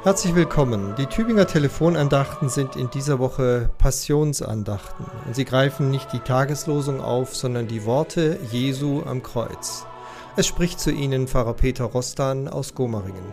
Herzlich willkommen. Die Tübinger Telefonandachten sind in dieser Woche Passionsandachten. Und sie greifen nicht die Tageslosung auf, sondern die Worte Jesu am Kreuz. Es spricht zu ihnen Pfarrer Peter Rostan aus Gomaringen.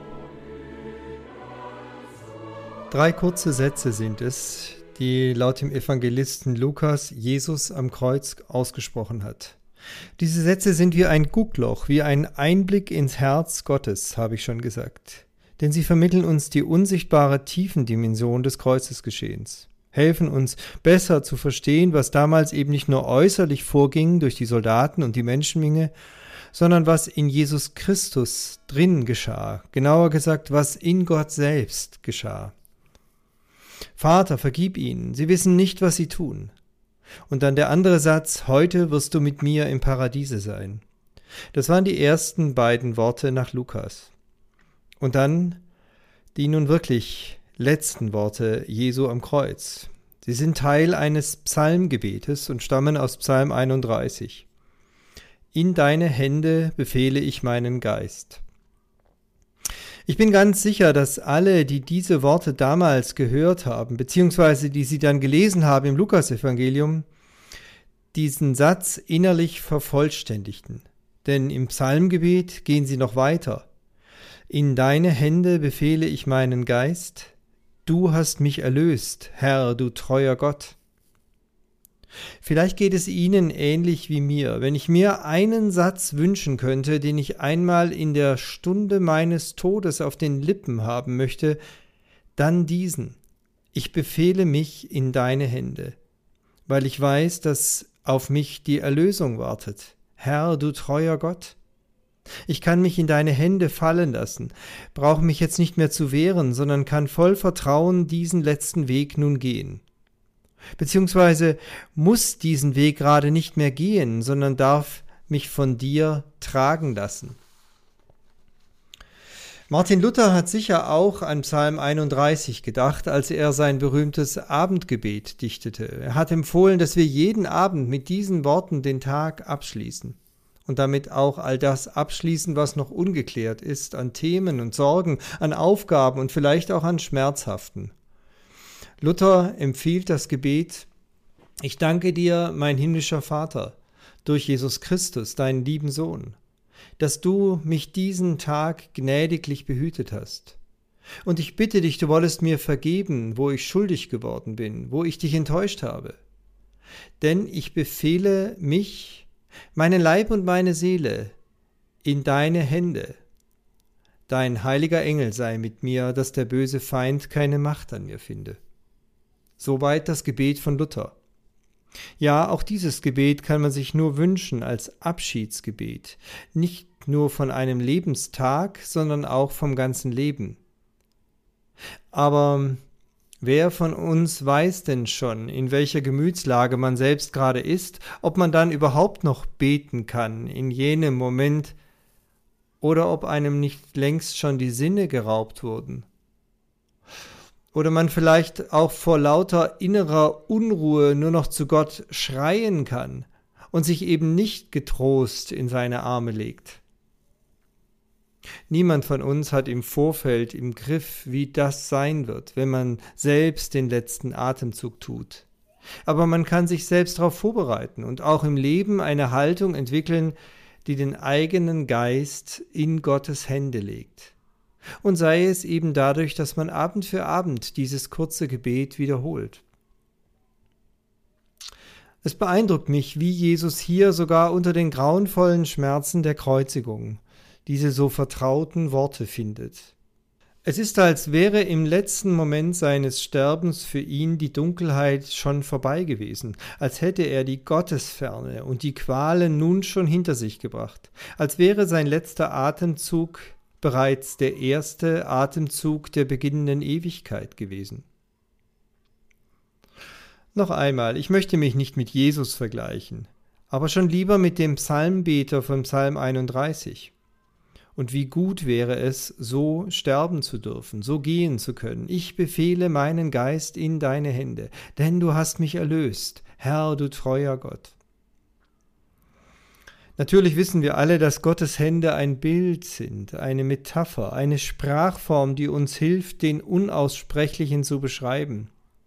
3 kurze Sätze sind es, die laut dem Evangelisten Lukas Jesus am Kreuz ausgesprochen hat. Diese Sätze sind wie ein Guckloch, wie ein Einblick ins Herz Gottes, habe ich schon gesagt. Denn sie vermitteln uns die unsichtbare Tiefendimension des Kreuzesgeschehens, helfen uns besser zu verstehen, was damals eben nicht nur äußerlich vorging durch die Soldaten und die Menschenmenge, sondern was in Jesus Christus drin geschah, genauer gesagt, was in Gott selbst geschah. Vater, vergib ihnen, sie wissen nicht, was sie tun. Und dann der andere Satz, heute wirst du mit mir im Paradiese sein. Das waren die ersten beiden Worte nach Lukas. Und dann die nun wirklich letzten Worte Jesu am Kreuz. Sie sind Teil eines Psalmgebetes und stammen aus Psalm 31. In deine Hände befehle ich meinen Geist. Ich bin ganz sicher, dass alle, die diese Worte damals gehört haben, beziehungsweise die sie dann gelesen haben im Lukasevangelium, diesen Satz innerlich vervollständigten. Denn im Psalmgebet gehen sie noch weiter. In deine Hände befehle ich meinen Geist, du hast mich erlöst, Herr, du treuer Gott. Vielleicht geht es Ihnen ähnlich wie mir, wenn ich mir einen Satz wünschen könnte, den ich einmal in der Stunde meines Todes auf den Lippen haben möchte, dann diesen: Ich befehle mich in deine Hände, weil ich weiß, dass auf mich die Erlösung wartet. Herr, du treuer Gott. Ich kann mich in deine Hände fallen lassen, brauche mich jetzt nicht mehr zu wehren, sondern kann voll Vertrauen diesen letzten Weg nun gehen. Beziehungsweise muss diesen Weg gerade nicht mehr gehen, sondern darf mich von dir tragen lassen. Martin Luther hat sicher auch an Psalm 31 gedacht, als er sein berühmtes Abendgebet dichtete. Er hat empfohlen, dass wir jeden Abend mit diesen Worten den Tag abschließen. Und damit auch all das abschließen, was noch ungeklärt ist, an Themen und Sorgen, an Aufgaben und vielleicht auch an Schmerzhaften. Luther empfiehlt das Gebet: Ich danke dir, mein himmlischer Vater, durch Jesus Christus, deinen lieben Sohn, dass du mich diesen Tag gnädiglich behütet hast. Und ich bitte dich, du wollest mir vergeben, wo ich schuldig geworden bin, wo ich dich enttäuscht habe. Denn ich befehle mich, meinen Leib und meine Seele in deine Hände. Dein heiliger Engel sei mit mir, dass der böse Feind keine Macht an mir finde. Soweit das Gebet von Luther. Ja, auch dieses Gebet kann man sich nur wünschen als Abschiedsgebet, nicht nur von einem Lebenstag, sondern auch vom ganzen Leben. Aber wer von uns weiß denn schon, in welcher Gemütslage man selbst gerade ist, ob man dann überhaupt noch beten kann in jenem Moment oder ob einem nicht längst schon die Sinne geraubt wurden? Oder man vielleicht auch vor lauter innerer Unruhe nur noch zu Gott schreien kann und sich eben nicht getrost in seine Arme legt. Niemand von uns hat im Vorfeld im Griff, wie das sein wird, wenn man selbst den letzten Atemzug tut. Aber man kann sich selbst darauf vorbereiten und auch im Leben eine Haltung entwickeln, die den eigenen Geist in Gottes Hände legt. Und sei es eben dadurch, dass man Abend für Abend dieses kurze Gebet wiederholt. Es beeindruckt mich, wie Jesus hier sogar unter den grauenvollen Schmerzen der Kreuzigung diese so vertrauten Worte findet. Es ist, als wäre im letzten Moment seines Sterbens für ihn die Dunkelheit schon vorbei gewesen, als hätte er die Gottesferne und die Qualen nun schon hinter sich gebracht, als wäre sein letzter Atemzug bereits der erste Atemzug der beginnenden Ewigkeit gewesen. Noch einmal, ich möchte mich nicht mit Jesus vergleichen, aber schon lieber mit dem Psalmbeter von Psalm 31. Und wie gut wäre es, so sterben zu dürfen, so gehen zu können. Ich befehle meinen Geist in deine Hände, denn du hast mich erlöst, Herr, du treuer Gott. Natürlich wissen wir alle, dass Gottes Hände ein Bild sind, eine Metapher, eine Sprachform, die uns hilft, den Unaussprechlichen zu beschreiben.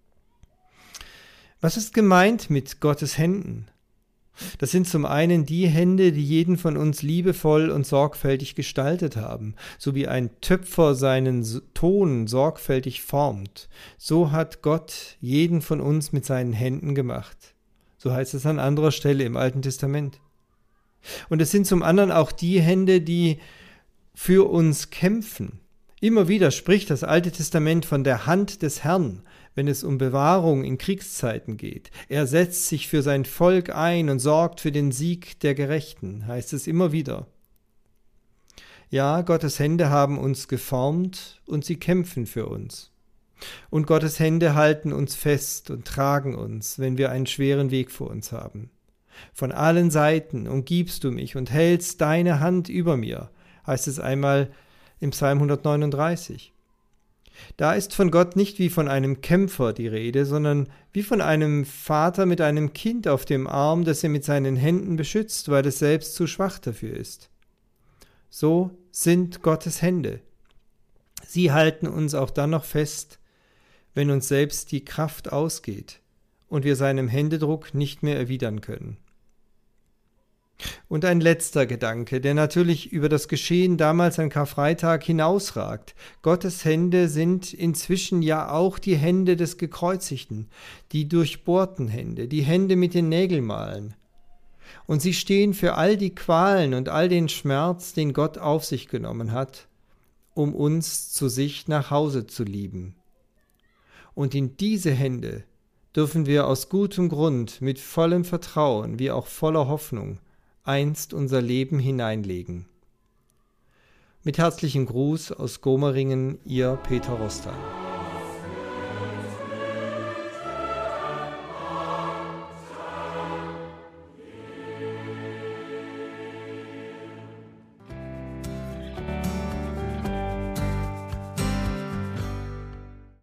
Was ist gemeint mit Gottes Händen? Das sind zum einen die Hände, die jeden von uns liebevoll und sorgfältig gestaltet haben. So wie ein Töpfer seinen Ton sorgfältig formt, so hat Gott jeden von uns mit seinen Händen gemacht. So heißt es an anderer Stelle im Alten Testament. Und es sind zum anderen auch die Hände, die für uns kämpfen. Immer wieder spricht das Alte Testament von der Hand des Herrn, wenn es um Bewahrung in Kriegszeiten geht. Er setzt sich für sein Volk ein und sorgt für den Sieg der Gerechten, heißt es immer wieder. Ja, Gottes Hände haben uns geformt und sie kämpfen für uns. Und Gottes Hände halten uns fest und tragen uns, wenn wir einen schweren Weg vor uns haben. Von allen Seiten umgibst du mich und hältst deine Hand über mir, heißt es einmal im Psalm 139. Da ist von Gott nicht wie von einem Kämpfer die Rede, sondern wie von einem Vater mit einem Kind auf dem Arm, das er mit seinen Händen beschützt, weil es selbst zu schwach dafür ist. So sind Gottes Hände. Sie halten uns auch dann noch fest, wenn uns selbst die Kraft ausgeht und wir seinem Händedruck nicht mehr erwidern können. Und ein letzter Gedanke, der natürlich über das Geschehen damals an Karfreitag hinausragt. Gottes Hände sind inzwischen ja auch die Hände des Gekreuzigten, die durchbohrten Hände, die Hände mit den Nägelmalen. Und sie stehen für all die Qualen und all den Schmerz, den Gott auf sich genommen hat, um uns zu sich nach Hause zu lieben. Und in diese Hände dürfen wir aus gutem Grund, mit vollem Vertrauen wie auch voller Hoffnung einst unser Leben hineinlegen. Mit herzlichem Gruß aus Gomaringen, Ihr Peter Rostal.